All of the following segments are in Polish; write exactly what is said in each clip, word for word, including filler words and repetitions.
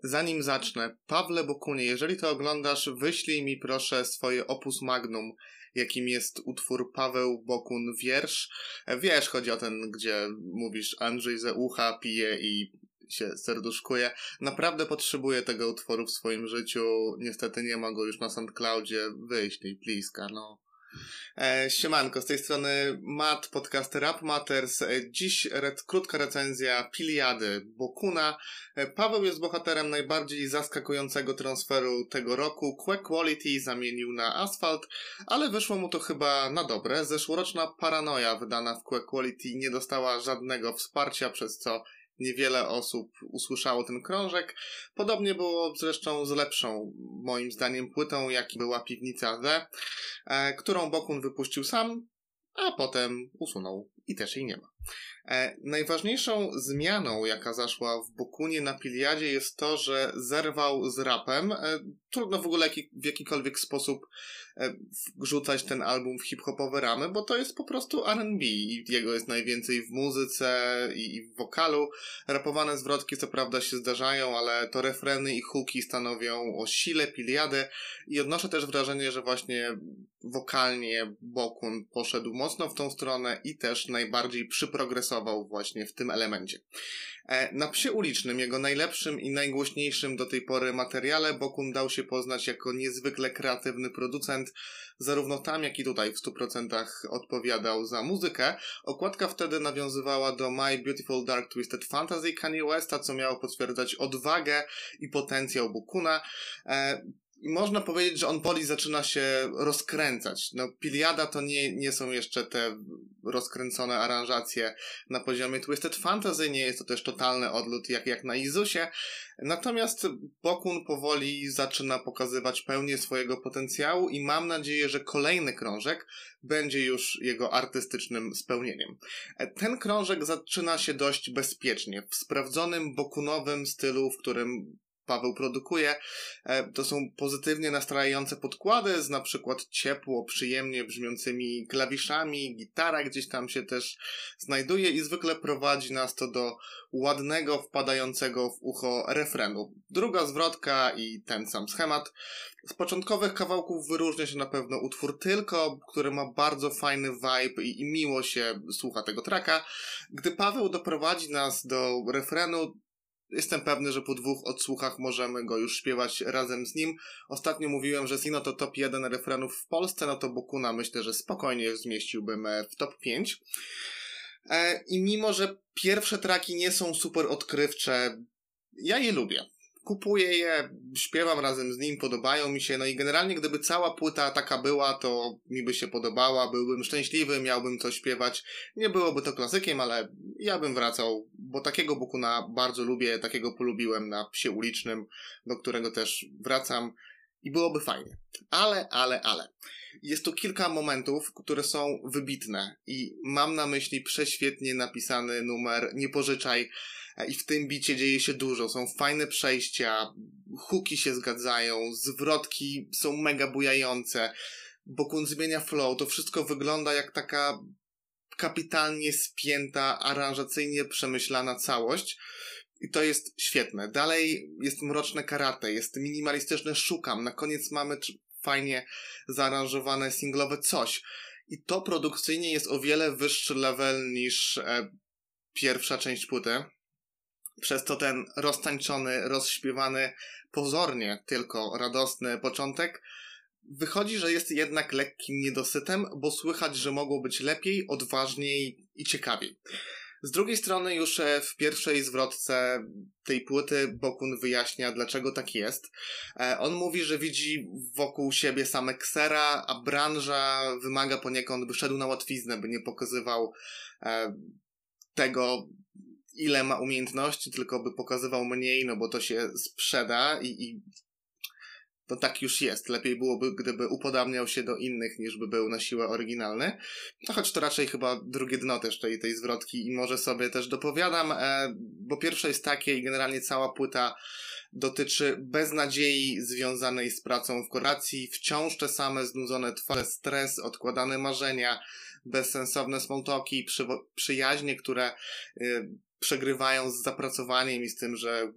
Zanim zacznę, Pawle Bokunie, jeżeli to oglądasz, wyślij mi proszę swoje opus magnum, jakim jest utwór Paweł Bokun Wiersz. Wiesz, chodzi o ten, gdzie mówisz Andrzej ze ucha pije i się serduszkuje. Naprawdę potrzebuję tego utworu w swoim życiu. Niestety nie ma go już na SoundCloudzie. Wyślij, pliska, no. E, siemanko, z tej strony Matt, podcast Rap Matters. E, dziś re- krótka recenzja Piliady Bokuna. E, Paweł jest bohaterem najbardziej zaskakującego transferu tego roku. Que Quality zamienił na Asphalt, ale wyszło mu to chyba na dobre. Zeszłoroczna Paranoja wydana w Que Quality nie dostała żadnego wsparcia, przez co niewiele osób usłyszało ten krążek. Podobnie było zresztą z lepszą, moim zdaniem, płytą, jakim była Piwnica The, e, którą Bokun wypuścił sam, a potem usunął i też jej nie ma. E, najważniejszą zmianą, jaka zaszła w Bokunie na Piliadzie, jest to, że zerwał z rapem. E, trudno w ogóle jaki, w jakikolwiek sposób e, wrzucać ten album w hip-hopowe ramy, bo to jest po prostu R and B i jego jest najwięcej w muzyce i, i w wokalu. Rapowane zwrotki co prawda się zdarzają, ale to refreny i hooki stanowią o sile Piliady i odnoszę też wrażenie, że właśnie wokalnie Bokun poszedł mocno w tą stronę i też najbardziej przyprogresował właśnie w tym elemencie. Na Psie Ulicznym, jego najlepszym i najgłośniejszym do tej pory materiale, Bokun dał się poznać jako niezwykle kreatywny producent. Zarówno tam, jak i tutaj w stu procentach odpowiadał za muzykę. Okładka wtedy nawiązywała do My Beautiful Dark Twisted Fantasy Kanye Westa, co miało potwierdzać odwagę i potencjał Bokuna. I można powiedzieć, że on powoli zaczyna się rozkręcać. No, Piliada to nie, nie są jeszcze te rozkręcone aranżacje na poziomie Twisted Fantasy, nie jest to też totalny odlot jak, jak na Izusie. Natomiast Bokun powoli zaczyna pokazywać pełnię swojego potencjału i mam nadzieję, że kolejny krążek będzie już jego artystycznym spełnieniem. Ten krążek zaczyna się dość bezpiecznie, w sprawdzonym bokunowym stylu, w którym Paweł produkuje. To są pozytywnie nastrajające podkłady z na przykład ciepło, przyjemnie brzmiącymi klawiszami, gitara gdzieś tam się też znajduje i zwykle prowadzi nas to do ładnego, wpadającego w ucho refrenu. Druga zwrotka i ten sam schemat. Z początkowych kawałków wyróżnia się na pewno utwór Tylko, który ma bardzo fajny vibe i, i miło się słucha tego tracka. Gdy Paweł doprowadzi nas do refrenu, jestem pewny, że po dwóch odsłuchach możemy go już śpiewać razem z nim. Ostatnio mówiłem, że Sino to top jeden refrenów w Polsce, no to Bokuna myślę, że spokojnie zmieściłbym w top pięć. I mimo, że pierwsze traki nie są super odkrywcze, ja je lubię. Kupuję je, śpiewam razem z nim, podobają mi się, no i generalnie gdyby cała płyta taka była, to mi by się podobała, byłbym szczęśliwy, miałbym to śpiewać. Nie byłoby to klasykiem, ale ja bym wracał, bo takiego Bokuna bardzo lubię, takiego polubiłem na Psie Ulicznym, do którego też wracam i byłoby fajnie. Ale, ale, ale. Jest tu kilka momentów, które są wybitne i mam na myśli prześwietnie napisany numer Nie pożyczaj. I w tym bicie dzieje się dużo, są fajne przejścia, hooki się zgadzają, zwrotki są mega bujające, Bokun zmienia flow, to wszystko wygląda jak taka kapitalnie spięta, aranżacyjnie przemyślana całość i to jest świetne. Dalej jest mroczne karate, jest minimalistyczne szukam, na koniec mamy fajnie zaaranżowane singlowe coś i to produkcyjnie jest o wiele wyższy level niż e, pierwsza część płyty. Przez to ten roztańczony, rozśpiewany, pozornie tylko radosny początek wychodzi, że jest jednak lekkim niedosytem, bo słychać, że mogło być lepiej, odważniej i ciekawiej. Z drugiej strony już w pierwszej zwrotce tej płyty Bokun wyjaśnia, dlaczego tak jest. On mówi, że widzi wokół siebie same ksera, a branża wymaga poniekąd, by szedł na łatwiznę, by nie pokazywał tego, ile ma umiejętności, tylko by pokazywał mniej, no bo to się sprzeda i, i to tak już jest. Lepiej byłoby, gdyby upodabniał się do innych, niż by był na siłę oryginalny. No choć to raczej chyba drugie dno też tej, tej zwrotki i może sobie też dopowiadam, e, bo pierwsze jest takie i generalnie cała płyta dotyczy beznadziei związanej z pracą w korporacji, wciąż te same znudzone twarze, stres, odkładane marzenia, bezsensowne smalltalki, przy, przyjaźnie, które y, przegrywają z zapracowaniem i z tym, że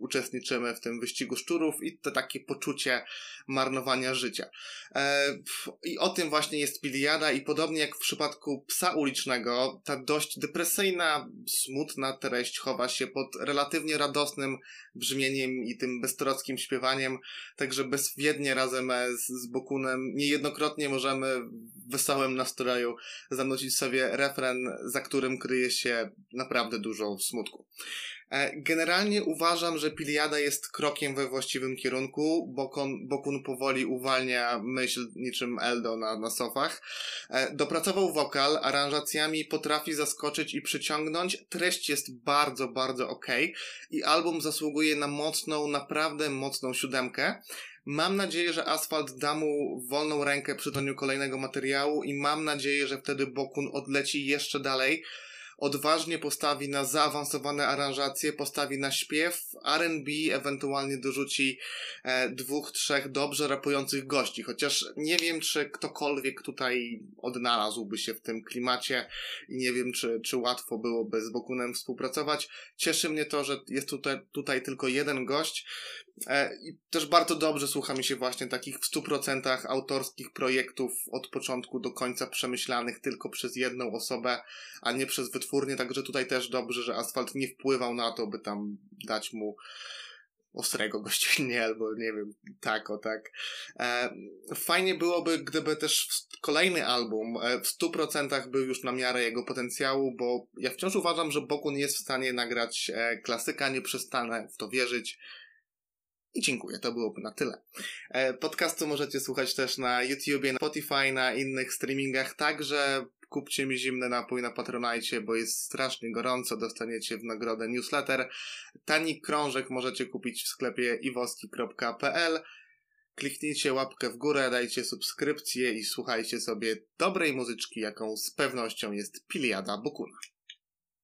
uczestniczymy w tym wyścigu szczurów i to takie poczucie marnowania życia. E, I o tym właśnie jest Piliada i podobnie jak w przypadku Psa ulicznego, ta dość depresyjna, smutna treść chowa się pod relatywnie radosnym brzmieniem i tym beztroskim śpiewaniem, także bezwiednie razem z, z Bokunem niejednokrotnie możemy w wesołym nastroju zanucić sobie refren, za którym kryje się naprawdę dużo smutku. Generalnie uważam, że Piliada jest krokiem we właściwym kierunku. Bokun, Bokun powoli uwalnia myśl niczym Eldo na, na sofach. Dopracował wokal, aranżacjami potrafi zaskoczyć i przyciągnąć. Treść jest bardzo, bardzo okej i album zasługuje na mocną, naprawdę mocną siódemkę. Mam nadzieję, że Asfalt da mu wolną rękę przy tworzeniu kolejnego materiału i mam nadzieję, że wtedy Bokun odleci jeszcze dalej. Odważnie postawi na zaawansowane aranżacje, postawi na śpiew, R and B, ewentualnie dorzuci e, dwóch, trzech dobrze rapujących gości, chociaż nie wiem, czy ktokolwiek tutaj odnalazłby się w tym klimacie i nie wiem, czy, czy łatwo byłoby z Bokunem współpracować. Cieszy mnie to, że jest tutaj, tutaj tylko jeden gość e, i też bardzo dobrze słucha mi się właśnie takich w stu procentach autorskich projektów od początku do końca przemyślanych tylko przez jedną osobę, a nie przez wytwórnię, także tutaj też dobrze, że Asfalt nie wpływał na to, by tam dać mu ostrego gościnnie, albo nie wiem, tak o tak. E, fajnie byłoby, gdyby też kolejny album e, w stu procentach był już na miarę jego potencjału, bo ja wciąż uważam, że Bokun jest w stanie nagrać e, klasyka, nie przestanę w to wierzyć. I dziękuję, to byłoby na tyle. Podcastu możecie słuchać też na YouTubie, na Spotify, na innych streamingach, także kupcie mi zimny napój na Patronite, bo jest strasznie gorąco, dostaniecie w nagrodę newsletter. Tani krążek możecie kupić w sklepie iwoski kropka p l. Kliknijcie łapkę w górę, dajcie subskrypcję i słuchajcie sobie dobrej muzyczki, jaką z pewnością jest Piliada Bokuna.